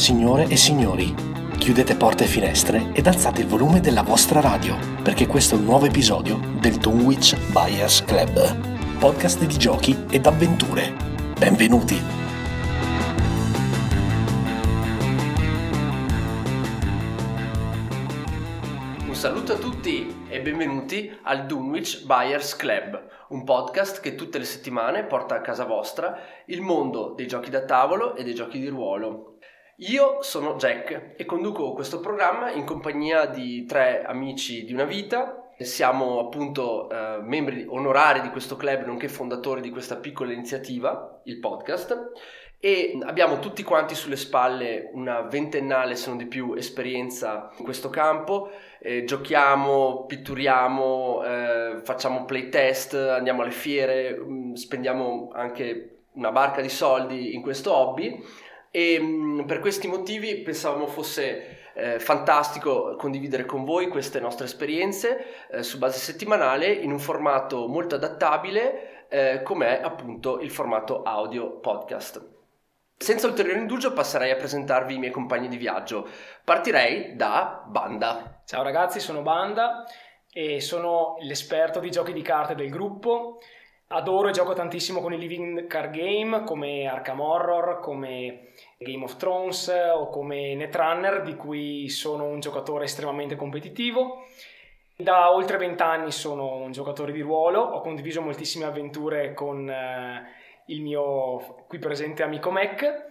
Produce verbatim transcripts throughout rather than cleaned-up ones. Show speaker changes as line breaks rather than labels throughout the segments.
Signore e signori, chiudete porte e finestre ed alzate il volume della vostra radio, perché questo è un nuovo episodio del Dunwich Buyers Club, podcast di giochi ed avventure. Benvenuti!
Un saluto a tutti e benvenuti al Dunwich Buyers Club, un podcast che tutte le settimane porta a casa vostra il mondo dei giochi da tavolo e dei giochi di ruolo. Io sono Jack e conduco questo programma in compagnia di tre amici di una vita. Siamo appunto eh, membri onorari di questo club, nonché fondatori di questa piccola iniziativa, il podcast, e abbiamo tutti quanti sulle spalle una ventennale, se non di più, esperienza in questo campo. Eh, giochiamo, pitturiamo, eh, facciamo playtest, andiamo alle fiere, mh, spendiamo anche una barca di soldi in questo hobby. E mh, per questi motivi pensavamo fosse eh, fantastico condividere con voi queste nostre esperienze eh, su base settimanale in un formato molto adattabile eh, com'è appunto il formato audio podcast. Senza ulteriore indugio passerei a presentarvi i miei compagni di viaggio. Partirei da Banda.
Ciao ragazzi, sono Banda e sono l'esperto di giochi di carte del gruppo. Adoro e gioco tantissimo con i living card game come Arkham Horror, come Game of Thrones o come Netrunner, di cui sono un giocatore estremamente competitivo. Da oltre vent'anni sono un giocatore di ruolo, ho condiviso moltissime avventure con eh, il mio qui presente amico Mac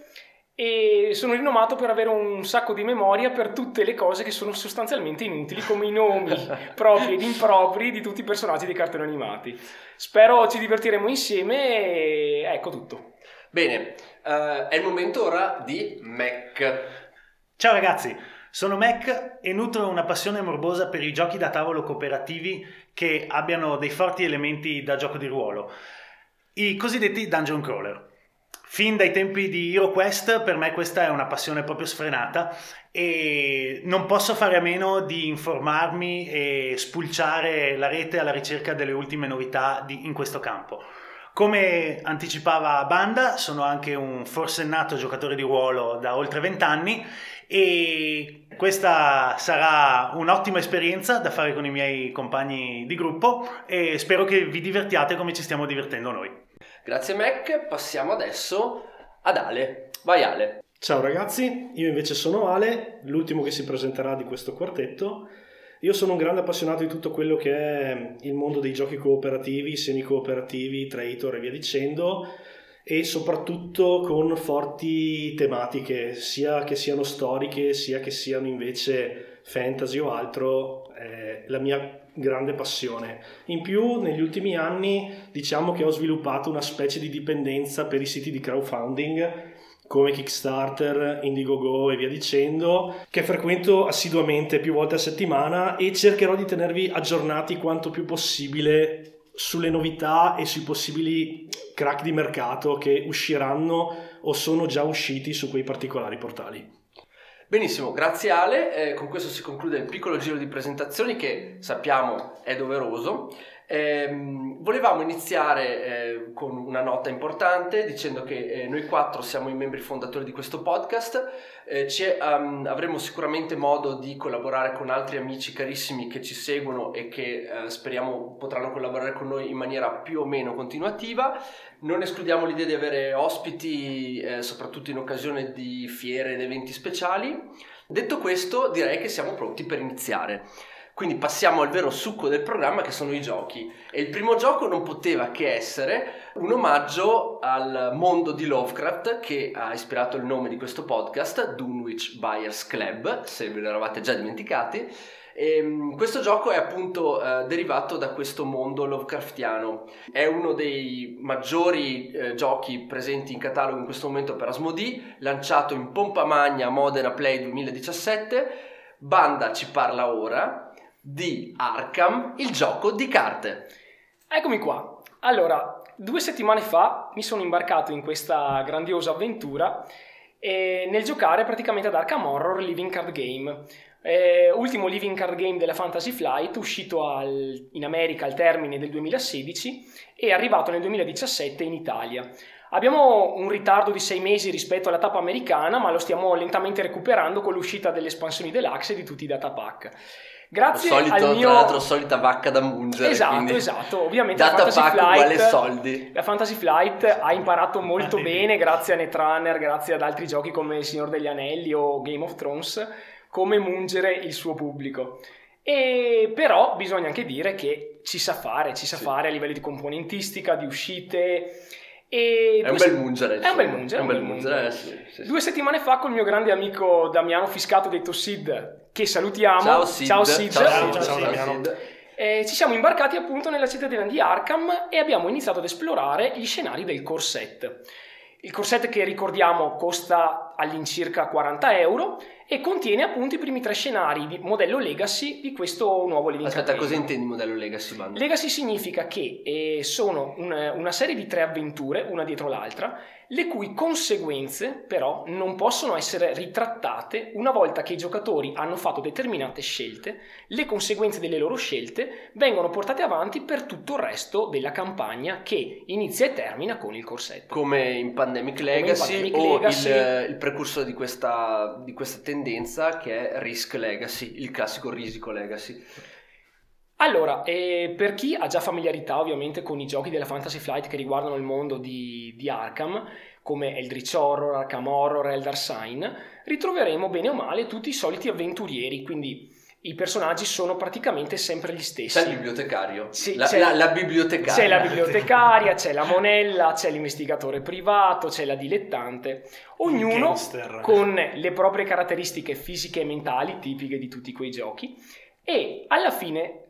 e sono rinomato per avere un sacco di memoria per tutte le cose che sono sostanzialmente inutili, come i nomi propri ed impropri di tutti i personaggi dei cartoni animati. Spero ci divertiremo insieme e ecco tutto.
Bene, uh, è il momento ora di Mac.
Ciao ragazzi, sono Mac e nutro una passione morbosa per i giochi da tavolo cooperativi che abbiano dei forti elementi da gioco di ruolo, i cosiddetti dungeon crawler. Fin dai tempi di HeroQuest per me questa è una passione proprio sfrenata e non posso fare a meno di informarmi e spulciare la rete alla ricerca delle ultime novità di, in questo campo. Come anticipava Banda, sono anche un forsennato giocatore di ruolo da oltre vent'anni e questa sarà un'ottima esperienza da fare con i miei compagni di gruppo e spero che vi divertiate come ci stiamo divertendo noi.
Grazie Mac, passiamo adesso ad Ale. Vai Ale.
Ciao ragazzi, io invece sono Ale, l'ultimo che si presenterà di questo quartetto. Io sono un grande appassionato di tutto quello che è il mondo dei giochi cooperativi, semi-cooperativi, traitor e via dicendo, e soprattutto con forti tematiche, sia che siano storiche, sia che siano invece fantasy o altro, è la mia grande passione. In più, negli ultimi anni, diciamo che ho sviluppato una specie di dipendenza per i siti di crowdfunding, come Kickstarter, Indiegogo e via dicendo, che frequento assiduamente più volte a settimana e cercherò di tenervi aggiornati quanto più possibile sulle novità e sui possibili crack di mercato che usciranno o sono già usciti su quei particolari portali.
Benissimo, grazie Ale. Eh, con questo si conclude il piccolo giro di presentazioni che sappiamo è doveroso. Eh, volevamo iniziare eh, con una nota importante dicendo che eh, noi quattro siamo i membri fondatori di questo podcast. Eh, um, avremo sicuramente modo di collaborare con altri amici carissimi che ci seguono e che eh, speriamo potranno collaborare con noi in maniera più o meno continuativa. Non escludiamo l'idea di avere ospiti eh, soprattutto in occasione di fiere ed eventi speciali. Detto questo, direi che siamo pronti per iniziare. Quindi passiamo al vero succo del programma, che sono i giochi. E il primo gioco non poteva che essere un omaggio al mondo di Lovecraft che ha ispirato il nome di questo podcast, Dunwich Buyers Club, se ve l'eravate già dimenticati. E questo gioco è appunto eh, derivato da questo mondo Lovecraftiano. È uno dei maggiori eh, giochi presenti in catalogo in questo momento per Asmodee, lanciato in pompa magna a Modena Play duemiladiciassette. Banda ci parla ora di Arkham, il gioco di carte.
Eccomi qua. Allora, due settimane fa mi sono imbarcato in questa grandiosa avventura e nel giocare praticamente ad Arkham Horror Living Card Game, Eh, ultimo living card game della Fantasy Flight, uscito al, in America al termine del duemilasedici e arrivato nel duemiladiciassette in Italia. Abbiamo un ritardo di sei mesi rispetto alla tappa americana, ma lo stiamo lentamente recuperando con l'uscita delle espansioni deluxe e di tutti i datapack. Grazie
solito,
al mio...
tra l'altro solita vacca da mungere.
Esatto,
quindi...
esatto. Ovviamente
data
la Fantasy
pack
Flight,
uguale soldi.
La Fantasy Flight ha imparato molto bene, grazie a Netrunner, grazie ad altri giochi come Il Signore degli Anelli o Game of Thrones, come mungere il suo pubblico. E però bisogna anche dire che ci sa fare, ci sa sì. fare a livello di componentistica, di uscite. E
è un bel mungere.
È un bel mungere.
È un bel mungere, sì, sì,
Due sì. settimane fa con il mio grande amico Damiano Fiscato, detto Sid, che salutiamo.
Ciao Sid.
Ciao Sid.
Ciao,
ciao,
ciao,
ciao,
ciao,
ciao
Sid.
Eh, ci siamo imbarcati appunto nella cittadina di Arkham e abbiamo iniziato ad esplorare gli scenari del core set. Il core set, che ricordiamo costa all'incirca quaranta euro e contiene appunto i primi tre scenari di modello Legacy di questo nuovo living card
Aspetta,
game.
cosa intendi modello Legacy, Bando?
Legacy significa che eh, sono un, una serie di tre avventure, una dietro l'altra, le cui conseguenze però non possono essere ritrattate una volta che i giocatori hanno fatto determinate scelte. Le conseguenze delle loro scelte vengono portate avanti per tutto il resto della campagna, che inizia e termina con il core set.
Come in Pandemic Legacy,
in Pandemic
o
Legacy.
Il, il precursore di questa, di questa tendenza, che è Risk Legacy, il classico risico Legacy.
Allora, eh, per chi ha già familiarità ovviamente con i giochi della Fantasy Flight che riguardano il mondo di, di Arkham, come Eldritch Horror, Arkham Horror e Eldar Sign, ritroveremo bene o male tutti i soliti avventurieri, quindi i personaggi sono praticamente sempre gli stessi.
C'è il bibliotecario,
sì,
la,
c'è,
la, la bibliotecaria.
C'è la bibliotecaria, c'è la monella, c'è l'investigatore privato, c'è la dilettante, ognuno con le proprie caratteristiche fisiche e mentali tipiche di tutti quei giochi, e alla fine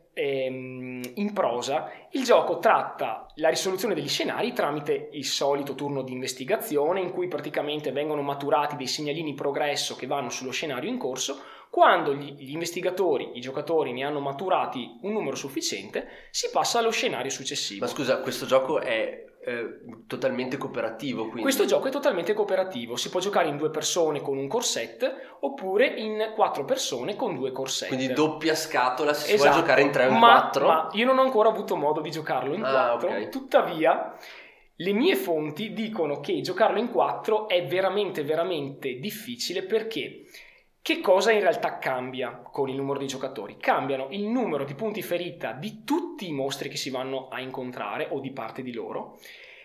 in prosa il gioco tratta la risoluzione degli scenari tramite il solito turno di investigazione, in cui praticamente vengono maturati dei segnalini progresso che vanno sullo scenario in corso. Quando gli, gli investigatori, i giocatori ne hanno maturati un numero sufficiente, si passa allo scenario successivo.
Ma scusa, questo gioco è eh, totalmente cooperativo, quindi...
Questo gioco è totalmente cooperativo, si può giocare in due persone con un core set oppure in quattro persone con due core set.
Quindi doppia scatola, se
esatto.
si vuole giocare in tre o in
ma,
quattro.
Ma io non ho ancora avuto modo di giocarlo in
ah,
quattro,
okay.
Tuttavia le mie fonti dicono che giocarlo in quattro è veramente veramente difficile, perché che cosa in realtà cambia con il numero di giocatori? Cambiano il numero di punti ferita di tutti i mostri che si vanno a incontrare o di parte di loro,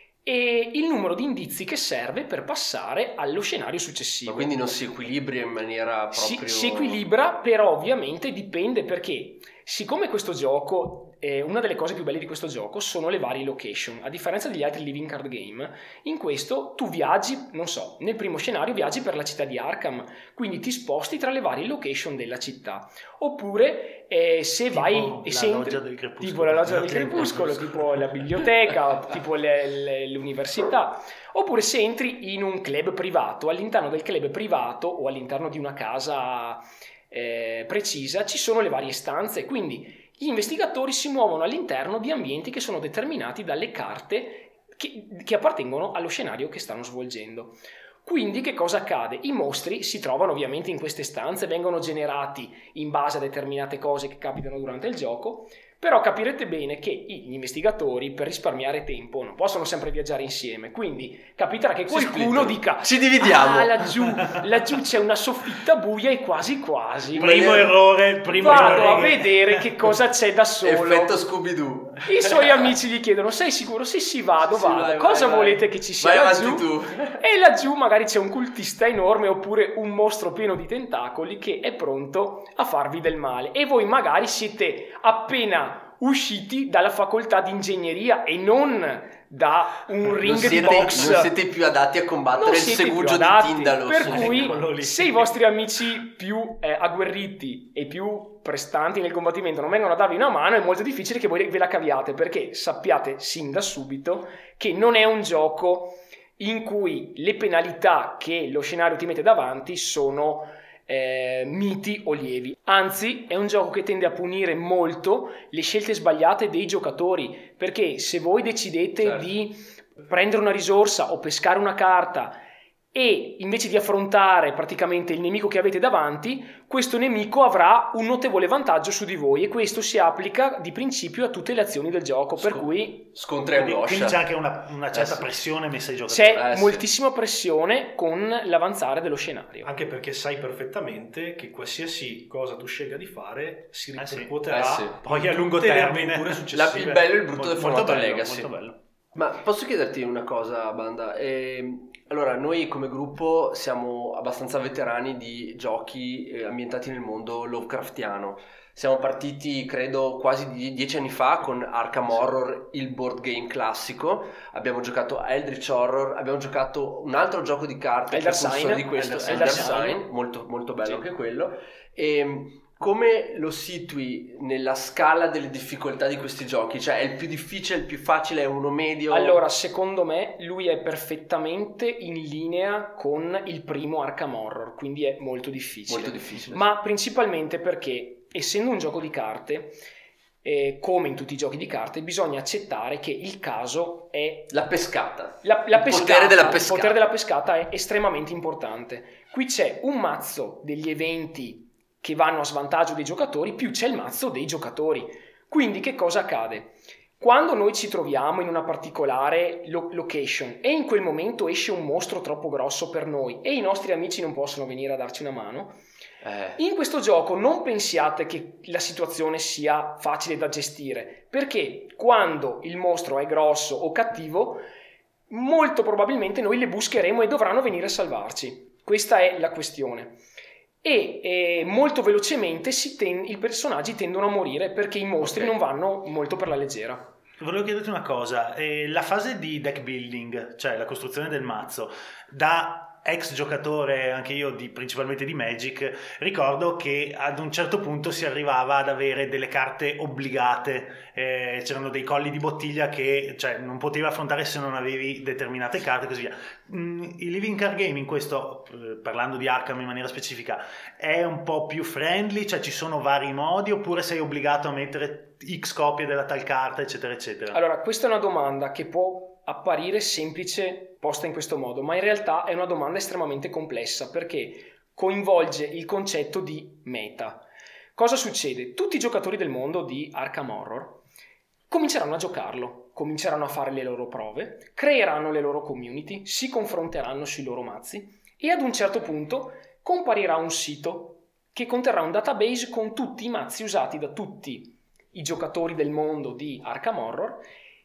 e il numero di indizi che serve per passare allo scenario successivo.
Ma quindi non si equilibra in maniera proprio...
Si, si equilibra, però ovviamente dipende, perché siccome questo gioco, eh, una delle cose più belle di questo gioco sono le varie location. A differenza degli altri living card game, in questo tu viaggi, non so, nel primo scenario viaggi per la città di Arkham, quindi ti sposti tra le varie location della città. Oppure eh, se
tipo
vai e se entri,
del crepuscolo,
tipo la loggia del crepuscolo, tipo la biblioteca, tipo le, le, l'università. Oppure se entri in un club privato, all'interno del club privato o all'interno di una casa eh, precisa ci sono le varie stanze, quindi gli investigatori si muovono all'interno di ambienti che sono determinati dalle carte che, che appartengono allo scenario che stanno svolgendo. Quindi che cosa accade? I mostri si trovano ovviamente in queste stanze, vengono generati in base a determinate cose che capitano durante il gioco, però capirete bene che gli investigatori, per risparmiare tempo, non possono sempre viaggiare insieme, quindi capiterà che qualcuno dica:
ci dividiamo,
ah, laggiù, laggiù c'è una soffitta buia e quasi quasi
primo errore primo
vado
errore.
a vedere che cosa c'è da solo.
Effetto Scooby-Doo.
I suoi amici gli chiedono: sei sicuro? Sì sì, vado,
sì,
vado.
vai,
cosa
vai,
volete
vai.
che ci sia
vai
laggiù?
Tu.
E laggiù magari c'è un cultista enorme oppure un mostro pieno di tentacoli che è pronto a farvi del male, e voi magari siete appena usciti dalla facoltà di ingegneria e non da un ring
siete,
di box.
Non siete più adatti a combattere
non
il
siete
segugio
più adatti,
di Tindalo.
per cui se i vostri amici più eh, agguerriti e più prestanti nel combattimento non vengono a darvi una mano, è molto difficile che voi ve la caviate, perché sappiate sin da subito che non è un gioco in cui le penalità che lo scenario ti mette davanti sono Eh, miti o lievi, anzi è un gioco che tende a punire molto le scelte sbagliate dei giocatori, perché se voi decidete
certo.
di prendere una risorsa o pescare una carta e invece di affrontare praticamente il nemico che avete davanti, questo nemico avrà un notevole vantaggio su di voi, e questo si applica di principio a tutte le azioni del gioco, per
Scon-
cui
scontri a
Quindi,
angoscia.
quindi c'è anche una, una certa
Eh sì.
pressione messa ai giocatori.
c'è
Eh, sì.
moltissima pressione con l'avanzare dello scenario.
Anche perché sai perfettamente che qualsiasi cosa tu scelga di fare si
Eh sì.
ripercuoterà
Eh sì.
Poi a lungo
tutte le
termine.
avventure
La-
successive.
il bello e il brutto
Molto-
del
molto
formato
bello,
Legacy.
molto bello.
Ma posso chiederti una cosa, Banda? Ehm, allora, noi come gruppo siamo abbastanza veterani di giochi eh, ambientati nel mondo Lovecraftiano. Siamo partiti, credo, quasi di dieci anni fa con Arkham Horror, il board game classico. Abbiamo giocato a Eldritch Horror, abbiamo giocato un altro gioco di carte,
Elder
precursore
Sign,
di questo,
Elder
Elder
Sign.
Sign, molto, molto bello
Sì.
anche quello. E come lo situi nella scala delle difficoltà di questi giochi? Cioè, è il più difficile, il più facile, è uno medio?
Allora, secondo me, lui è perfettamente in linea con il primo Arkham Horror, quindi è molto difficile.
Molto difficile.
Ma principalmente perché, essendo un gioco di carte, eh, come in tutti i giochi di carte, bisogna accettare che il caso è...
La pescata.
La, la
Il
pescata,
potere della
il
pescata.
potere della pescata è estremamente importante. Qui c'è un mazzo degli eventi che vanno a svantaggio dei giocatori, più c'è il mazzo dei giocatori. Quindi che cosa accade? Quando noi ci troviamo in una particolare lo- location e in quel momento esce un mostro troppo grosso per noi e i nostri amici non possono venire a darci una mano,
Eh,
in questo gioco non pensiate che la situazione sia facile da gestire, perché quando il mostro è grosso o cattivo, molto probabilmente noi le buscheremo e dovranno venire a salvarci. Questa è la questione. E eh, molto velocemente si ten- i personaggi tendono a morire perché i mostri
Ok.
non vanno molto per la leggera.
Volevo chiederti una cosa, eh, la fase di deck building, cioè la costruzione del mazzo, da ex giocatore anche io di, principalmente di Magic, ricordo che ad un certo punto si arrivava ad avere delle carte obbligate, eh, c'erano dei colli di bottiglia che cioè, non potevi affrontare se non avevi determinate carte e così via. Mm, il Living Card Game in questo, eh, parlando di Arkham in maniera specifica, è un po' più friendly, cioè ci sono vari modi oppure sei obbligato a mettere X copie della tal carta eccetera eccetera?
Allora, questa è una domanda che può apparire semplice posta in questo modo, ma in realtà è una domanda estremamente complessa perché coinvolge il concetto di meta. Cosa succede? Tutti i giocatori del mondo di Arkham Horror cominceranno a giocarlo, cominceranno a fare le loro prove, creeranno le loro community, si confronteranno sui loro mazzi e ad un certo punto comparirà un sito che conterrà un database con tutti i mazzi usati da tutti i giocatori del mondo di Arkham Horror,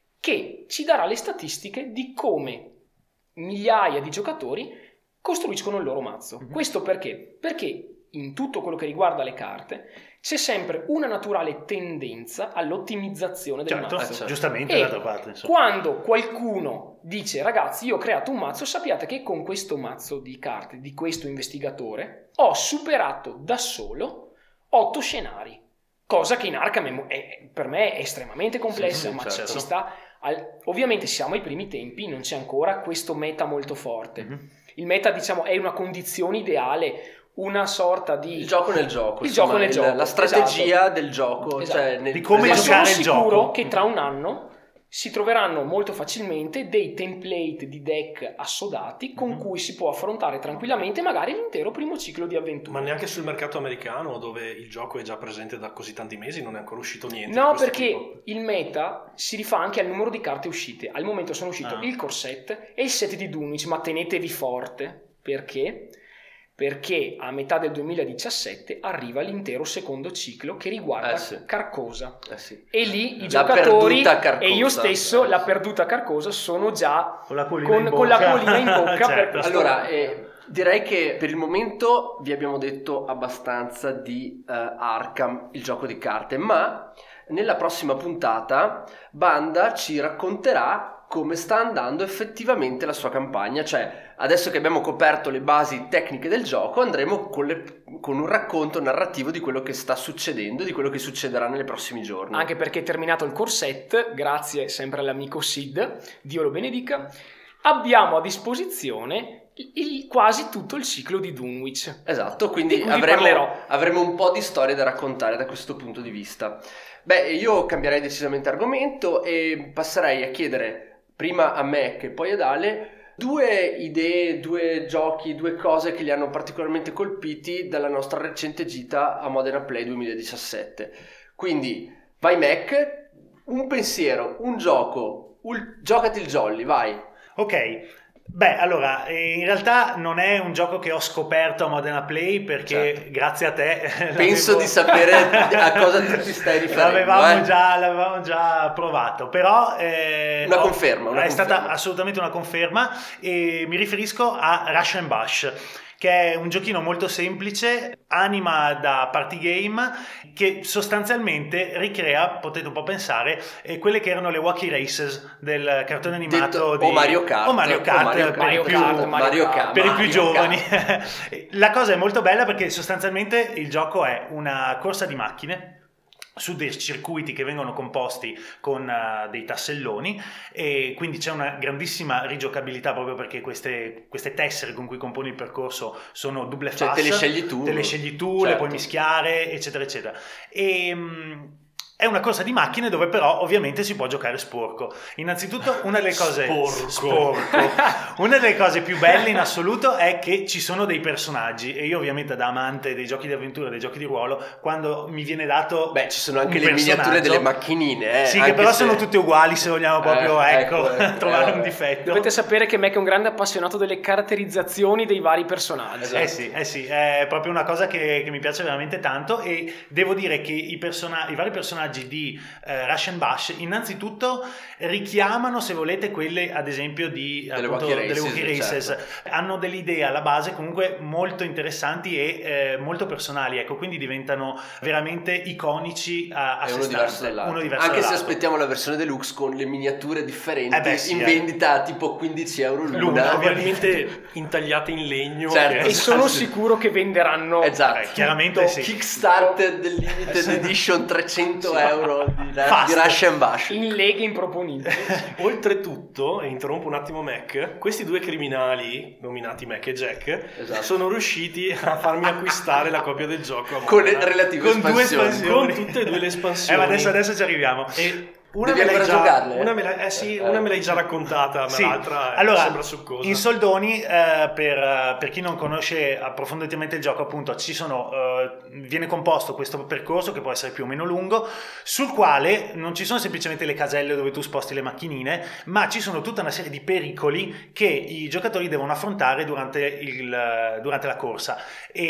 che ci darà le statistiche di come migliaia di giocatori costruiscono il loro mazzo.
Mm-hmm.
Questo perché? Perché in tutto quello che riguarda le carte c'è sempre una naturale tendenza all'ottimizzazione del
Certo,
mazzo.
giustamente
E
d'altra parte, insomma.
quando qualcuno dice ragazzi io ho creato un mazzo, sappiate che con questo mazzo di carte di questo investigatore ho superato da solo otto scenari, cosa che in Arkham è, è, per me è estremamente complessa,
Sì, sì,
ma
certo.
ci sta al, ovviamente siamo ai primi tempi, non c'è ancora questo meta molto forte.
Mm-hmm.
Il meta diciamo è una condizione ideale, una sorta di
il gioco nel gioco,
il
insomma,
gioco nel
il-
gioco,
la strategia
esatto.
del gioco,
Esatto.
cioè nel
Di come
ma
presente-
sono
giocare il
sicuro
gioco.
che tra un anno si troveranno molto facilmente dei template di deck assodati con
Mhm.
cui si può affrontare tranquillamente magari l'intero primo ciclo di avventura.
Ma neanche sul mercato americano, dove il gioco è già presente da così tanti mesi, non è ancora uscito niente.
No,
di questo
perché
tipo.
il meta si rifà anche al numero di carte uscite. Al momento sono uscito
Ah.
il core set e il set di Dunwich, ma tenetevi forte. Perché? Perché a metà del duemiladiciassette arriva l'intero secondo ciclo che riguarda
Eh sì.
Carcosa.
Eh sì.
E lì i
La
giocatori
perduta Carcosa.
e io stesso,
Eh.
la perduta Carcosa, sono già
Con la colina
con,
in
con la
bocca.
colina in bocca. per
Certo.
questo-
Allora, eh, direi che per il momento vi abbiamo detto abbastanza di eh, Arkham, il gioco di carte, ma nella prossima puntata Banda ci racconterà come sta andando effettivamente la sua campagna, cioè adesso che abbiamo coperto le basi tecniche del gioco andremo con, le- con un racconto narrativo di quello che sta succedendo, di quello che succederà nei prossimi giorni.
Anche perché terminato il core set, grazie sempre all'amico Sid, Dio lo benedica, abbiamo a disposizione il, il- quasi tutto il ciclo di Dunwich.
Esatto, quindi
Di cui vi
avremo,
parlerò.
avremo un po' di storie da raccontare da questo punto di vista. Beh, io cambierei decisamente argomento e passerei a chiedere prima a me che poi ad Ale Due idee, due giochi, due cose che li hanno particolarmente colpiti dalla nostra recente gita a Modena Play duemiladiciassette. Quindi vai Mac, un pensiero, un gioco, ul- giocati il jolly, vai.
Ok. Beh, allora, in realtà non è un gioco che ho scoperto a Modena Play perché
certo.
grazie a te
penso di sapere a cosa tu ti stai riferendo.
L'avevamo,
eh?
già, l'avevamo già provato, però eh,
una
ho,
conferma. Una
è
conferma.
stata assolutamente una conferma e mi riferisco a Rush and Bash, che è un giochino molto semplice, anima da party game, che sostanzialmente ricrea, potete un po' pensare, eh, quelle che erano le Wacky Races del cartone animato
Detto,
di
o Mario Kart
o Mario Kart,
o Mario,
per,
Mario
i più,
Kart, Mario Kart,
per i più
Mario
giovani.
Kart.
La cosa è molto bella perché sostanzialmente il gioco è una corsa di macchine su dei circuiti che vengono composti con uh, dei tasselloni, e quindi c'è una grandissima rigiocabilità proprio perché queste, queste tessere con cui componi il percorso sono double
cioè,
face,
te le scegli tu,
te le, scegli tu
certo.
le puoi mischiare, eccetera eccetera. E um, è una corsa di macchine dove però ovviamente si può giocare sporco. Innanzitutto una delle cose
sporco.
sporco. Una delle cose più belle in assoluto è che ci sono dei personaggi, e io ovviamente da amante dei giochi di avventura, dei giochi di ruolo, quando mi viene dato
beh, ci sono anche
un
le miniature
personaggio,
delle macchinine, eh,
sì,
anche
che però
se...
sono tutte uguali, se vogliamo proprio
eh,
ecco,
ecco, ecco
trovare
eh,
un difetto.
Dovete sapere che Mac è un grande appassionato delle caratterizzazioni dei vari personaggi.
Esatto.
Eh sì, eh sì, è proprio una cosa che, che mi piace veramente tanto, e devo dire che i, persona- i vari personaggi di eh, Rush and Bash innanzitutto richiamano, se volete, quelle ad esempio di
Delle
appunto,
Wacky
delle
Races,
Wacky Races.
certo.
Hanno delle idee alla base comunque molto interessanti e eh, molto personali, ecco, quindi diventano veramente iconici a, a
è
sé
uno
stante.
diverso dall'altro,
Uno diverso
anche se
dall'altro.
aspettiamo la versione deluxe con le miniature differenti,
Eh beh, sì,
in
eh.
vendita tipo quindici euro l'una,
L'una,
Probabilmente intagliate in legno.
Certo.
che-
E sono
Sì.
sicuro che venderanno
esatto,
Eh, chiaramente sì.
Kickstarter del limited edition trecento euro di, di Rush and Bash.
in leghe improponibili.
Oltretutto, e interrompo un attimo Mac, questi due criminali, nominati Mac e Jack,
Esatto.
sono riusciti a farmi acquistare la copia del gioco a
Con le
Modena.
relative
Con due
espansioni.
espansioni.
Con tutte e due le
Eh,
espansioni.
ma adesso, adesso ci arriviamo.
E una
Devi
me, l'hai
ancora
già,
giocarle, eh?
una, me la, eh sì,
Eh,
una me l'hai già raccontata, ma
Sì.
l'altra eh,
Allora,
sembra succosa.
in soldoni, eh, per, eh, per chi non conosce approfonditamente il gioco, appunto, ci sono, eh, viene composto questo percorso che può essere più o meno lungo, sul quale non ci sono semplicemente le caselle dove tu sposti le macchinine, ma ci sono tutta una serie di pericoli che i giocatori devono affrontare durante, il, durante la corsa.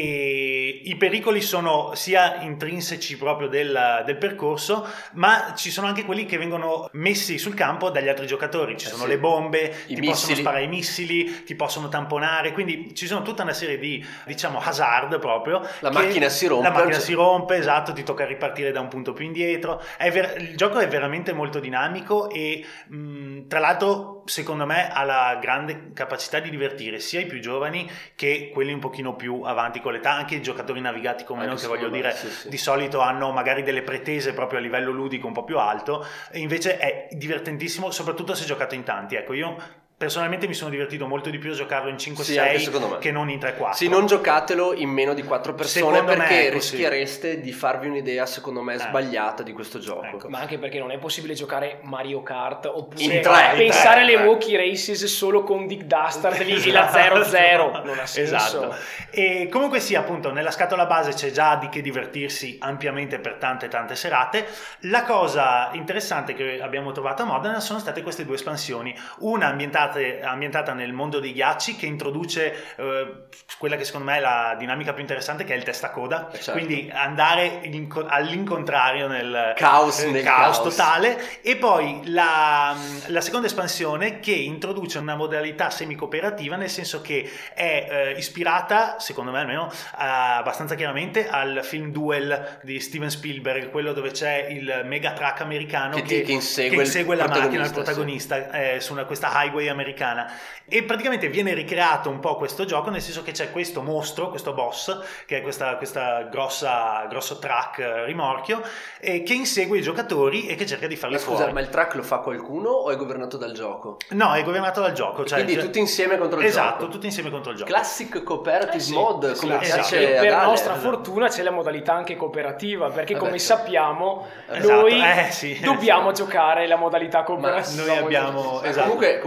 E i pericoli sono sia intrinseci proprio del, del percorso, ma ci sono anche quelli che vengono messi sul campo dagli altri giocatori. Ci
Eh
sono
sì.
le bombe,
I
ti
missili.
possono sparare i missili, ti possono tamponare, quindi ci sono tutta una serie di, diciamo, hazard proprio.
La
che-
macchina si rompe,
La macchina
cioè-
si rompe, esatto, ti tocca ripartire da un punto più indietro. È ver- il gioco è veramente molto dinamico e mh, tra l'altro secondo me ha la grande capacità di divertire sia i più giovani che quelli un pochino più avanti con l'età, anche i giocatori navigati come
Anche
noi, che
secondo
voglio
me,
dire
sì, sì.
di solito hanno magari delle pretese proprio a livello ludico un po' più alto, e invece è divertentissimo, soprattutto se giocato in tanti. Ecco, io personalmente mi sono divertito molto di più a giocarlo in cinque
Sì, anche
sei
secondo me.
che non in tre quattro.
Sì, non giocatelo in meno di quattro persone,
Secondo me,
perché
ecco, sì.
rischiereste di farvi un'idea secondo me
Eh.
sbagliata di questo gioco.
Ecco.
Ma anche perché non è possibile giocare Mario Kart oppure
In tre,
pensare
in tre,
alle
eh.
Wacky Races solo con Dick Dastard lì e la zero zero. Non ha senso.
Esatto. E comunque sì, appunto, nella scatola base c'è già di che divertirsi ampiamente per tante tante serate. La cosa interessante che abbiamo trovato a Modena sono state queste due espansioni, una ambientata, ambientata nel mondo dei ghiacci, che introduce eh, quella che secondo me è la dinamica più interessante, che è il testacoda,
Certo.
quindi andare in- all'incontrario nel
Caos
eh,
nel
caos
caos.
totale. E poi la, la seconda espansione, che introduce una modalità semi-cooperativa, nel senso che è eh, ispirata, secondo me almeno, eh, abbastanza chiaramente al film Duel di Steven Spielberg, quello dove c'è il mega truck americano
Che
che,
ti- che insegue
che
il
insegue la macchina, il
protagonista,
protagonista, eh, su una, questa highway americana. E praticamente viene ricreato un po' questo gioco, nel senso che c'è questo mostro, questo boss, che è questa, questa grossa grosso truck eh, rimorchio, eh, che insegue i giocatori e che cerca di farli
Ma scusa,
fuori.
ma il track lo fa qualcuno o è governato dal gioco?
No, è governato dal gioco. Cioè,
Quindi
cioè-
tutti insieme contro il
esatto,
gioco.
tutti insieme contro il gioco.
Classic cooperative
Eh sì,
mode, come
esatto.
piace
E
ad
per
Ale.
nostra
esatto.
fortuna c'è la modalità anche cooperativa, perché
Vabbè,
come
certo.
sappiamo
Esatto,
noi
eh, sì,
dobbiamo
sì.
giocare la modalità cooperativa.
Noi abbiamo-
Eh,
esatto.
comunque, comunque ragazzi,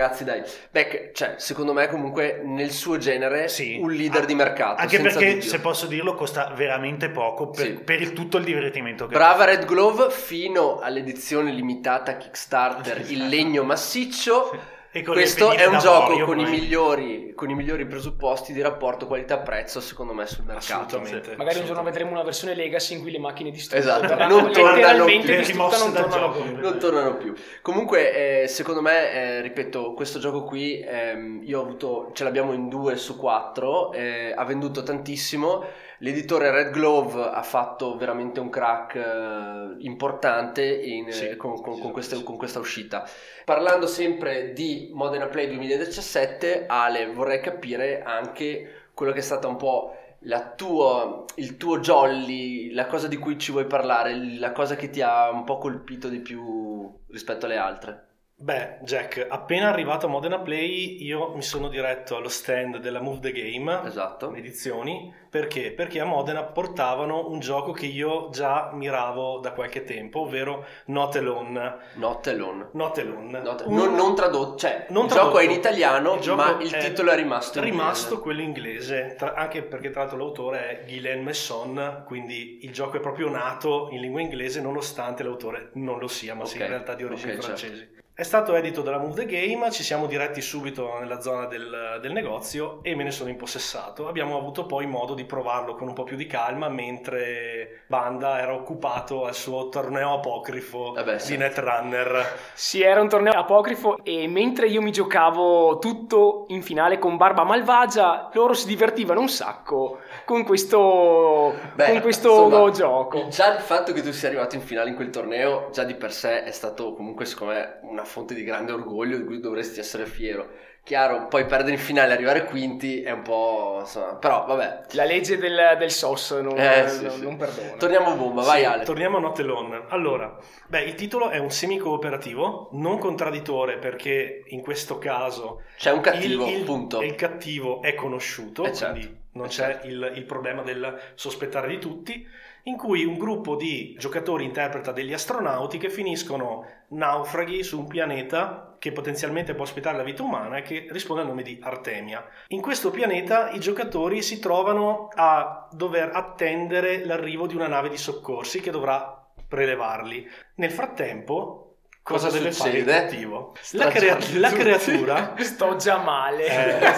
ragazzi, dai. Beh, cioè, secondo me comunque nel suo genere
Sì.
un leader
Ah,
di mercato.
Anche
senza
perché,
dubbio.
se posso dirlo, costa veramente poco per,
Sì.
per il- tutto il divertimento che
Brava Red Glove, fino all'edizione limitata Kickstarter Il Legno Massiccio.
E con le
Questo è
pedine
un
d'avorio,
gioco con i,
poi.
migliori, con i migliori presupposti di rapporto qualità-prezzo, secondo me, sul mercato.
Assolutamente.
Magari un giorno vedremo una versione Legacy in cui le macchine distrutte
Esatto,
verranno
non tornano
letteralmente
più,
distrutte,
rimosse
non
dal
tornano
gioco.
più.
Non tornano più. Comunque, eh, secondo me, eh, ripeto, questo gioco qui, ehm, io ho avuto, ce l'abbiamo in due su quattro, eh, ha venduto tantissimo. L'editore Red Glove ha fatto veramente un crack eh, importante in,
Sì,
eh, con, con, con, questa,
sì.
con questa uscita. Parlando sempre di Modena Play duemiladiciassette, Ale, vorrei capire anche quello che è stata un po' la tua, il tuo jolly, la cosa di cui ci vuoi parlare, la cosa che ti ha un po' colpito di più rispetto alle altre.
Beh, Jack, appena arrivato a Modena Play io mi sono diretto allo stand della Move the Game
Esatto.
Edizioni. Perché? Perché a Modena portavano un gioco che io già miravo da qualche tempo, ovvero Not Alone.
Not Alone.
Not Alone.
Not-
Un-
non, non tradotto, cioè
non
il
tradotto.
gioco è in italiano,
Il gioco
ma il
è
titolo è rimasto in
rimasto
inglese.
quello inglese, tra- anche perché tra l'altro l'autore è Guylaine Messon, quindi il gioco è proprio nato in lingua inglese nonostante l'autore non lo sia, ma sia
Ok,
in realtà di origini
ok, certo.
francesi. È stato edito dalla Move the Game, ci siamo diretti subito nella zona del, del negozio e me ne sono impossessato. Abbiamo avuto poi modo di provarlo con un po' più di calma mentre Banda era occupato al suo torneo apocrifo
Eh beh, sì.
di Netrunner.
Sì, era un torneo apocrifo e mentre io mi giocavo tutto in finale con Barba Malvagia, loro si divertivano un sacco con questo,
Beh,
con questo
insomma,
gioco.
Già il fatto che tu sia arrivato in finale in quel torneo, già di per sé è stato comunque secondo me una fonte di grande orgoglio di cui dovresti essere fiero. Chiaro, poi perdere in finale e arrivare quinti è un po', insomma, però vabbè.
La legge del, del S O S non,
Eh, sì,
non-
sì.
non perdona.
Torniamo a bomba, vai
Sì,
Ale.
torniamo a Not Alone. Allora, beh, il titolo è un semi-cooperativo, non contradditore perché in questo caso
C'è un cattivo,
il, il-
punto.
il cattivo è conosciuto,
Eh, certo.
quindi non
Eh,
c'è
certo.
il, il problema del sospettare di tutti, in cui un gruppo di giocatori interpreta degli astronauti che finiscono naufraghi su un pianeta che potenzialmente può ospitare la vita umana e che risponde al nome di Artemia. In questo pianeta i giocatori si trovano a dover attendere l'arrivo di una nave di soccorsi che dovrà prelevarli. Nel frattempo, cosa,
Cosa
deve fare il
succede?
cattivo? La, crea-
Stracciarli
la
tutti.
creatura
Sto già male.
Eh,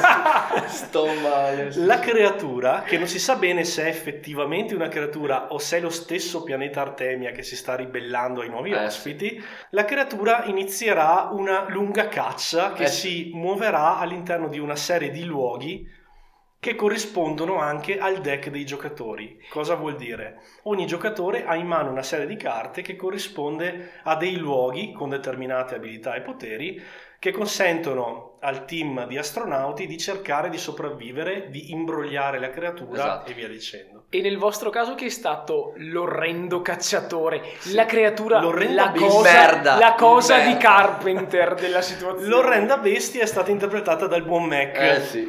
Sto male.
la creatura, che non si sa bene se è effettivamente una creatura o se è lo stesso pianeta Artemia che si sta ribellando ai nuovi
Eh,
ospiti, la creatura inizierà una lunga caccia che
Eh.
si muoverà all'interno di una serie di luoghi che corrispondono anche al deck dei giocatori. Cosa vuol dire? Ogni giocatore ha in mano una serie di carte che corrisponde a dei luoghi con determinate abilità e poteri che consentono al team di astronauti di cercare di sopravvivere, di imbrogliare la creatura
Esatto.
e via dicendo.
E nel vostro caso chi è stato l'orrendo cacciatore? La creatura,
L'orrenda
la
bestia.
cosa,
Merda,
la cosa
merda.
di Carpenter della situazione.
L'orrenda bestia è stata interpretata dal buon Mac,
Eh sì.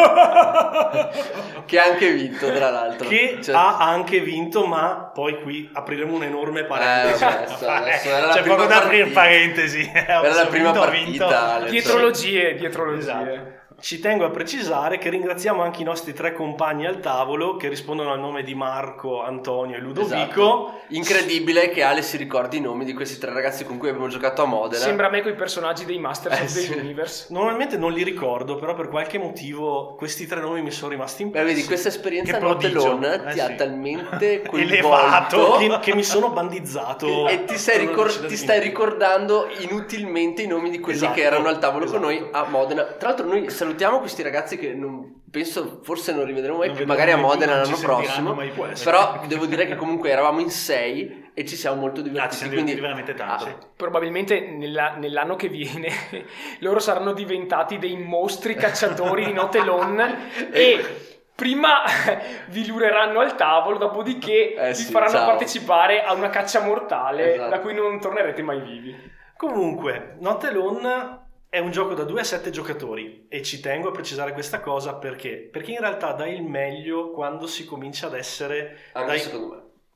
Che ha anche vinto, tra l'altro.
che
Cioè-
ha anche vinto, ma poi qui apriremo un'enorme
Eh,
parentesi.
vabbè, adesso- adesso era la
C'è
prima
poco da aprire
partita.
parentesi.
Era la prima
Vinto, vinto.
partita. Ale, cioè.
Dietrologie, dietrologie.
Esatto. Ci tengo a precisare che ringraziamo anche i nostri tre compagni al tavolo che rispondono al nome di Marco, Antonio e Ludovico.
Esatto. Incredibile che Ale si ricordi i nomi di questi tre ragazzi con cui abbiamo giocato a Modena.
Sembra a me quei personaggi dei Masters
Eh,
of the
sì.
Universe.
Normalmente non li ricordo, però per qualche motivo questi tre nomi mi sono rimasti
Beh,
impressi.
vedi, questa esperienza
Che
Not
prodigio.
Alone
Eh,
ti ha
sì.
talmente
Elevato.
coinvolto
che, che mi sono bandizzato
e ti, sei
Non
ricor-
riuscito a
ti stai
dimenticare.
ricordando inutilmente i nomi di quelli
Esatto,
che erano al tavolo
esatto.
con noi a Modena. Tra l'altro noi salutiamo questi ragazzi che non penso, forse non rivedremo mai
Non
più,
vedremo
magari a
mai più,
Modena
non ci
l'anno
sentiranno
prossimo.
mai più, eh.
Però devo dire che comunque eravamo in sei e ci siamo molto
Ah, ci
divertiti.
siamo
quindi
divertiti veramente tanto.
Ah,
Probabilmente nella- nell'anno che viene loro saranno diventati dei mostri cacciatori di Not Alone e prima vi lureranno al tavolo, dopodiché
Eh
vi
sì,
faranno
ciao.
partecipare a una caccia mortale
Esatto.
da cui non tornerete mai vivi.
Comunque, Not Alone è un gioco da due a sette giocatori e ci tengo a precisare questa cosa perché? Perché in realtà dà il meglio quando si comincia ad essere
anche
dai
secondo me.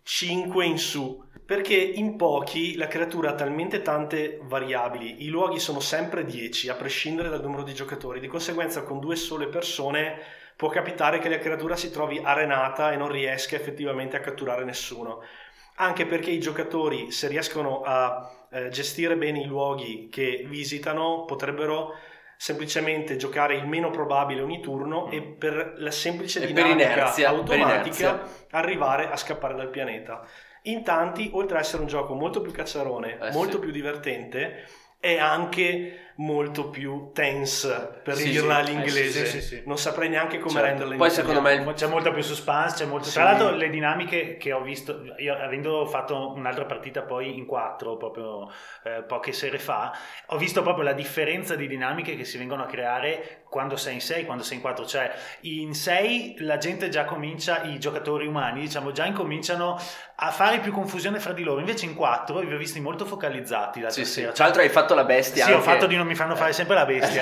cinque in su, perché in pochi la creatura ha talmente tante variabili, i luoghi sono sempre dieci a prescindere dal numero di giocatori, di conseguenza con due sole persone può capitare che la creatura si trovi arenata e non riesca effettivamente a catturare nessuno, anche perché i giocatori, se riescono a eh, gestire bene i luoghi che visitano, potrebbero semplicemente giocare il meno probabile ogni turno mm. e per la semplice
e
dinamica
per inerzia,
automatica
per inerzia.
arrivare a scappare dal pianeta. In tanti, oltre ad essere un gioco molto più cacciarone,
eh,
molto
sì.
più divertente, è anche molto più tense, per
sì,
dirla
sì.
all'inglese.
Eh, sì, sì, sì.
Non saprei neanche come
certo.
renderla in
Poi
italiano.
secondo me il...
c'è molta più suspense, c'è molto...
Sì.
Tra l'altro le dinamiche che ho visto, io avendo fatto un'altra partita poi in quattro proprio eh, poche sere fa, ho visto proprio la differenza di dinamiche che si vengono a creare quando sei in sei, quando sei in quattro. Cioè in sei la gente già comincia, i giocatori umani diciamo già incominciano a fare più confusione fra di loro, invece in quattro vi ho visti molto focalizzati l'altra
sì,
sera.
Sì. Tra l'altro hai fatto la bestia.
Sì,
anche...
ho fatto di non mi fanno fare sempre la bestia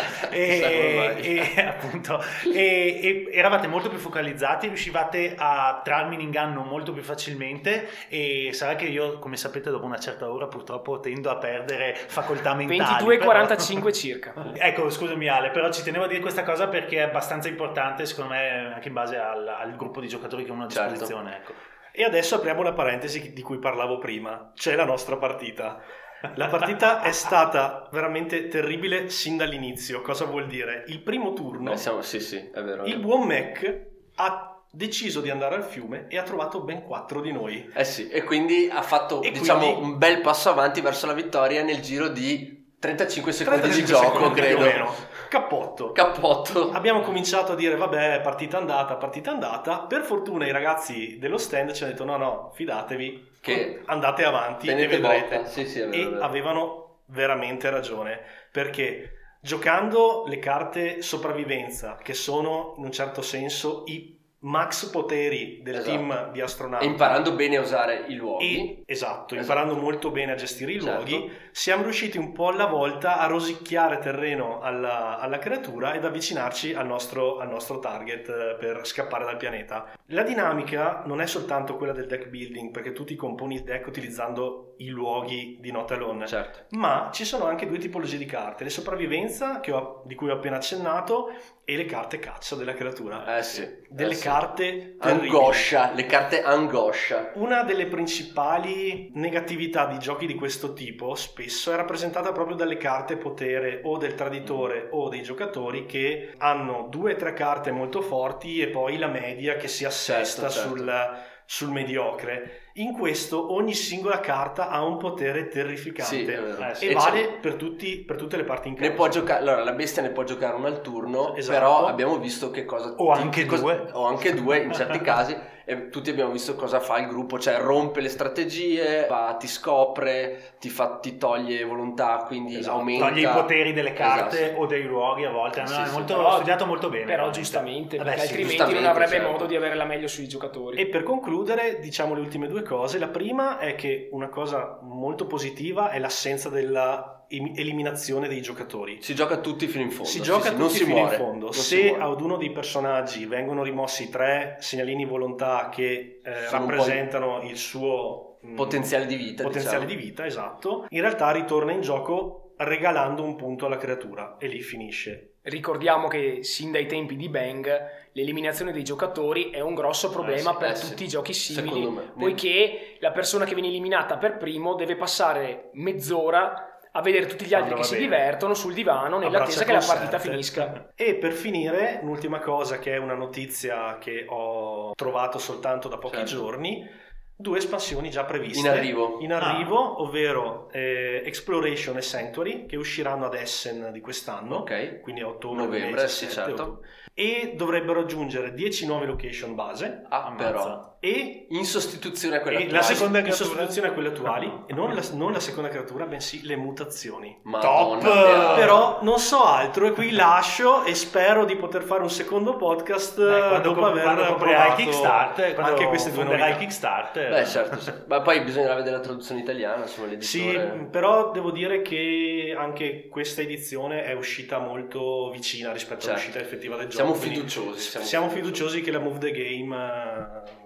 e, e, appunto e, e eravate molto più focalizzati, riuscivate a trarmi in inganno molto più facilmente, e sarà che io, come sapete, dopo una certa ora purtroppo tendo a perdere facoltà mentali.
ventidue e quarantacinque
però...
circa.
Ecco, scusami Ale, però ci tenevo a dire questa cosa perché è abbastanza importante secondo me anche in base al, al gruppo di giocatori che uno ha a disposizione.
Certo.
Ecco.
E adesso apriamo la parentesi di cui parlavo prima, cioè la nostra partita. La partita è stata veramente terribile sin dall'inizio. Cosa vuol dire? Il primo turno,
Beh, siamo... sì, sì, è vero.
il buon Mac ha deciso di andare al fiume e ha trovato ben quattro di noi.
Eh sì, e quindi ha fatto,
E
diciamo,
quindi...
un bel passo avanti verso la vittoria nel giro di trentacinque secondi
trentacinque
di gioco,
secondi
credo.
più o meno. Cappotto.
Cappotto.
Abbiamo cominciato a dire vabbè, partita andata, partita andata. Per fortuna i ragazzi dello stand ci hanno detto no no, fidatevi,
che
andate avanti e
tenete
vedrete.
botta. Sì, sì, è vero,
E
è vero.
avevano veramente ragione, perché giocando le carte sopravvivenza, che sono in un certo senso i max poteri del
Esatto.
team di astronauti,
E imparando bene a usare i luoghi.
e, esatto,
Esatto.
imparando molto bene a gestire i
Certo.
luoghi, siamo riusciti un po' alla volta a rosicchiare terreno alla, alla creatura ed avvicinarci al nostro, al nostro target eh, per scappare dal pianeta. La dinamica non è soltanto quella del deck building, perché tu ti componi il deck utilizzando i luoghi di Not Alone,
Certo.
ma ci sono anche due tipologie di carte: le sopravvivenza, che ho, di cui ho appena accennato, e le carte caccia della creatura.
Eh sì.
Delle
eh sì.
carte terribili.
angoscia, le carte angoscia.
Una delle principali negatività di giochi di questo tipo spesso è rappresentata proprio dalle carte potere o del traditore o dei giocatori, che hanno due o tre carte molto forti e poi la media che si assesta
Certo, certo.
sul, sul mediocre. In questo ogni singola carta ha un potere terrificante.
Sì, è vero.
Eh sì.
E
E
vale
c'è-
per, tutti, per tutte le parti in campo.
Ne può giocare, allora la bestia ne può giocare una al turno,
Esatto.
però abbiamo visto che cosa
O
ti-
anche
che cosa-
due.
o anche due in certi casi, e tutti abbiamo visto cosa fa il gruppo, cioè rompe le strategie, va, ti scopre, ti, fa, ti toglie volontà, quindi
Esatto.
aumenta,
Toglie i poteri delle carte
Esatto.
o dei luoghi a volte. No,
Sì,
è
sì,
molto,
però-
ho studiato molto bene.
Però
veramente.
giustamente,
Vabbè,
perché
sì,
altrimenti
giustamente,
non avrebbe
certo.
modo di avere la meglio sui giocatori.
E per concludere, diciamo le ultime due cose. La prima è che una cosa molto positiva è l'assenza della em- eliminazione dei giocatori.
Si gioca tutti fino in fondo,
Si
sì,
gioca
sì, non
tutti
si
fino
muore,
in fondo.
non si
Se
muore.
ad uno dei personaggi vengono rimossi tre segnalini volontà che eh,
Sono un po'
rappresentano il suo mh,
potenziale di vita,
potenziale
diciamo.
di vita, esatto, in realtà ritorna in gioco regalando un punto alla creatura e lì finisce.
Ricordiamo che sin dai tempi di Bang l'eliminazione dei giocatori è un grosso problema
sì,
per
eh sì.
tutti i giochi simili,
Secondo me.
poiché la persona che viene eliminata per primo deve passare mezz'ora a vedere tutti gli altri
Quando
che
va
si
bene.
divertono sul divano nell'attesa
Abbraccia
che la
conserte.
partita finisca.
E per finire, un'ultima cosa, che è una notizia che ho trovato soltanto da pochi
Certo.
giorni: due espansioni già previste
In arrivo.
in arrivo, ovvero eh, Exploration e Sanctuary, che usciranno ad Essen di quest'anno,
Ok.
quindi a ottobre
Novembre,
duemiladiciassette,
sì, certo.
ottobre. E dovrebbero aggiungere dieci nuove location base
Ah,
Ammazza.
però
e
in sostituzione a quella
e
attuale.
la seconda
in
creatura?
sostituzione a quelle attuali, e non la, non la seconda creatura, bensì le mutazioni.
Madonna,
Top!
Beata.
Però non so altro, e qui lascio e spero di poter fare un secondo podcast
Beh, quando,
dopo
com-
aver
quando comprerai
provato
Kickstarter, quando
anche queste due
fonderai
novità.
Kickstarter.
Beh, certo, sì. Ma poi bisognerà vedere la traduzione italiana, insomma,
Sì,
l'editore.
però devo dire che anche questa edizione è uscita molto vicina rispetto
Certo.
all'uscita effettiva del gioco.
Siamo
quindi
fiduciosi.
Siamo, fiduciosi che la Move the Game eh,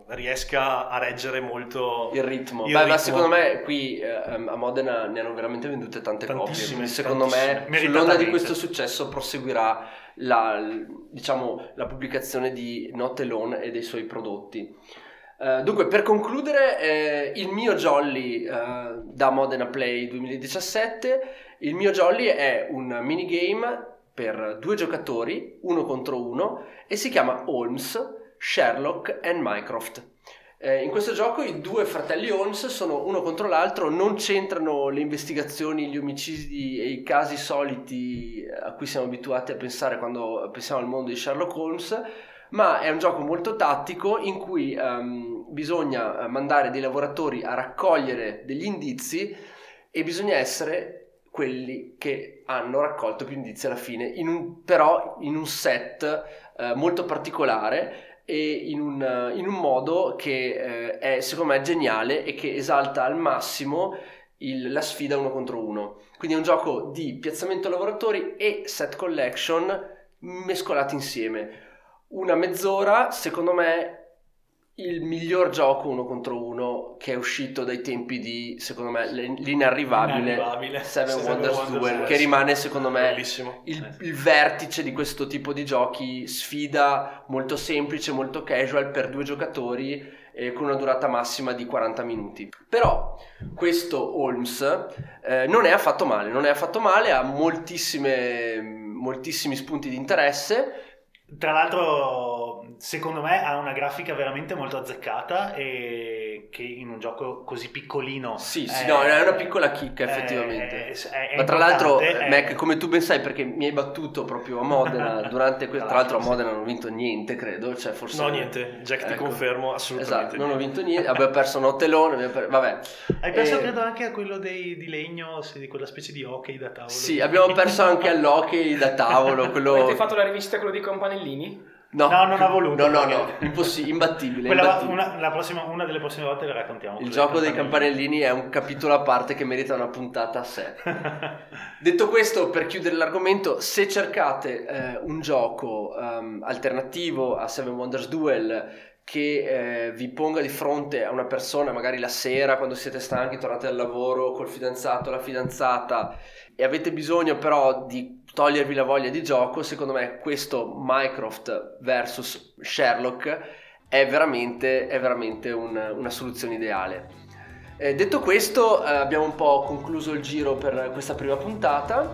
riesca a reggere molto
il ritmo.
il
Beh,
ritmo.
ma secondo me qui eh, a Modena ne hanno veramente vendute tante
Tantissime,
copie, quindi secondo me
tantissime.
sull'onda di
Meritatamente.
questo successo proseguirà la, diciamo, la pubblicazione di Not Alone e dei suoi prodotti. Uh, dunque, per concludere, eh, il mio Jolly uh, da Modena Play duemiladiciassette, il mio Jolly è un minigame per due giocatori, uno contro uno, e si chiama Holmes, Sherlock and Mycroft. Eh, in questo gioco i due fratelli Holmes sono uno contro l'altro, non c'entrano le investigazioni, gli omicidi e i casi soliti a cui siamo abituati a pensare quando pensiamo al mondo di Sherlock Holmes, ma è un gioco molto tattico in cui um, bisogna mandare dei lavoratori a raccogliere degli indizi e bisogna essere quelli che hanno raccolto più indizi alla fine, in un, però in un set uh, molto particolare e in un, in un modo che uh, è secondo me geniale e che esalta al massimo il, la sfida uno contro uno. Quindi è un gioco di piazzamento lavoratori e set collection mescolati insieme. Una mezz'ora, secondo me, il miglior gioco uno contro uno che è uscito dai tempi di, secondo me, l'inarrivabile,
Inarrivabile.
Seven,
Seven
Wonders
Wonders
Duel,
Duel,
che
sì.
rimane secondo me
Bellissimo.
il, il vertice di questo tipo di giochi, sfida molto semplice, molto casual per due giocatori eh, con una durata massima di quaranta minuti. Però questo Holmes eh, non è affatto male, non è affatto male, ha moltissime, moltissimi spunti di interesse.
Tra l'altro, secondo me ha una grafica veramente molto azzeccata e che in un gioco così piccolino
sì sì no è una piccola chicca effettivamente.
È, è, è
ma tra l'altro
è...
Mac, come tu ben sai, perché mi hai battuto proprio a Modena durante que- tra l'altro a Modena non ho vinto niente, credo, cioè forse
no niente Jack,
ecco.
Ti confermo assolutamente
esatto, non ho vinto niente, abbiamo perso un ottelone, abbiamo per... vabbè
hai perso
e...
credo anche a quello dei, di legno, di quella specie di hockey da tavolo.
Sì, abbiamo perso anche all'hockey da tavolo, quello...
Avete fatto la rivista quello di Campanellini?
No,
no, non ha voluto.
No, no, no, impossibile, imbattibile.
Quella,
imbattibile.
una, la prossima, una delle prossime volte le raccontiamo.
Il gioco dei campanellini è un capitolo a parte che merita una puntata a sé. Detto questo, per chiudere l'argomento, se cercate eh, un gioco um, alternativo a Seven Wonders Duel che eh, vi ponga di fronte a una persona, magari la sera quando siete stanchi, tornate dal lavoro col fidanzato o la fidanzata e avete bisogno però di togliervi la voglia di gioco, secondo me questo Mycroft versus Sherlock è veramente, è veramente un, una soluzione ideale. Eh, detto questo, eh, abbiamo un po' concluso il giro per questa prima puntata.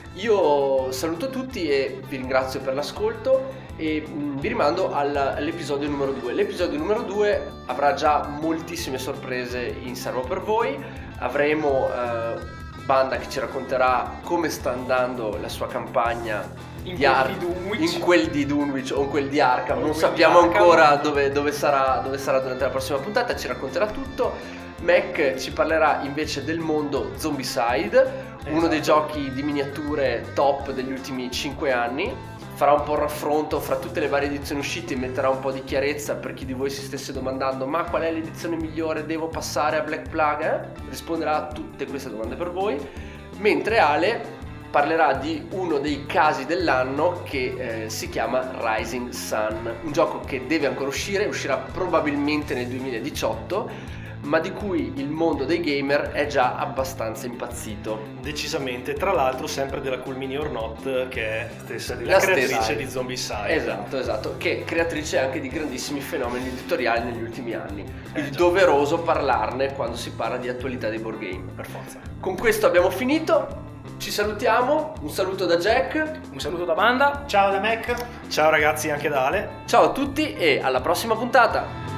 Io saluto tutti e vi ringrazio per l'ascolto e mh, vi rimando al, all'episodio numero due. L'episodio numero due avrà già moltissime sorprese in serbo per voi. Avremo eh, Banda che ci racconterà come sta andando la sua campagna
in,
di
quel,
Ar-
di Dunwich.
in quel di Dunwich o in quel di Arkham, non
quel
sappiamo
di Arkham.
ancora dove, dove, sarà, dove sarà durante la prossima puntata, ci racconterà tutto. Mac ci parlerà invece del mondo Zombicide, esatto. Uno dei giochi di miniature top degli ultimi cinque anni. Farà un po' il raffronto fra tutte le varie edizioni uscite e metterà un po' di chiarezza per chi di voi si stesse domandando ma qual è l'edizione migliore, devo passare a Black Plague? Eh? Risponderà a tutte queste domande per voi, mentre Ale parlerà di uno dei casi dell'anno che eh, si chiama Rising Sun, un gioco che deve ancora uscire, uscirà probabilmente nel duemiladiciotto, ma di cui il mondo dei gamer è già abbastanza impazzito.
Decisamente, tra l'altro sempre della Cool Mini or Not, che è stessa
La
la creatrice
stessa.
di Zombicide.
Esatto, esatto, che è creatrice anche di grandissimi fenomeni editoriali negli ultimi anni. Quindi
già.
doveroso parlarne quando si parla di attualità dei board game.
Per forza.
Con questo abbiamo finito, ci salutiamo, un saluto da Jack,
Un saluto da Banda.
Ciao da Mac.
Ciao ragazzi, anche da Ale.
ciao a tutti e alla prossima puntata!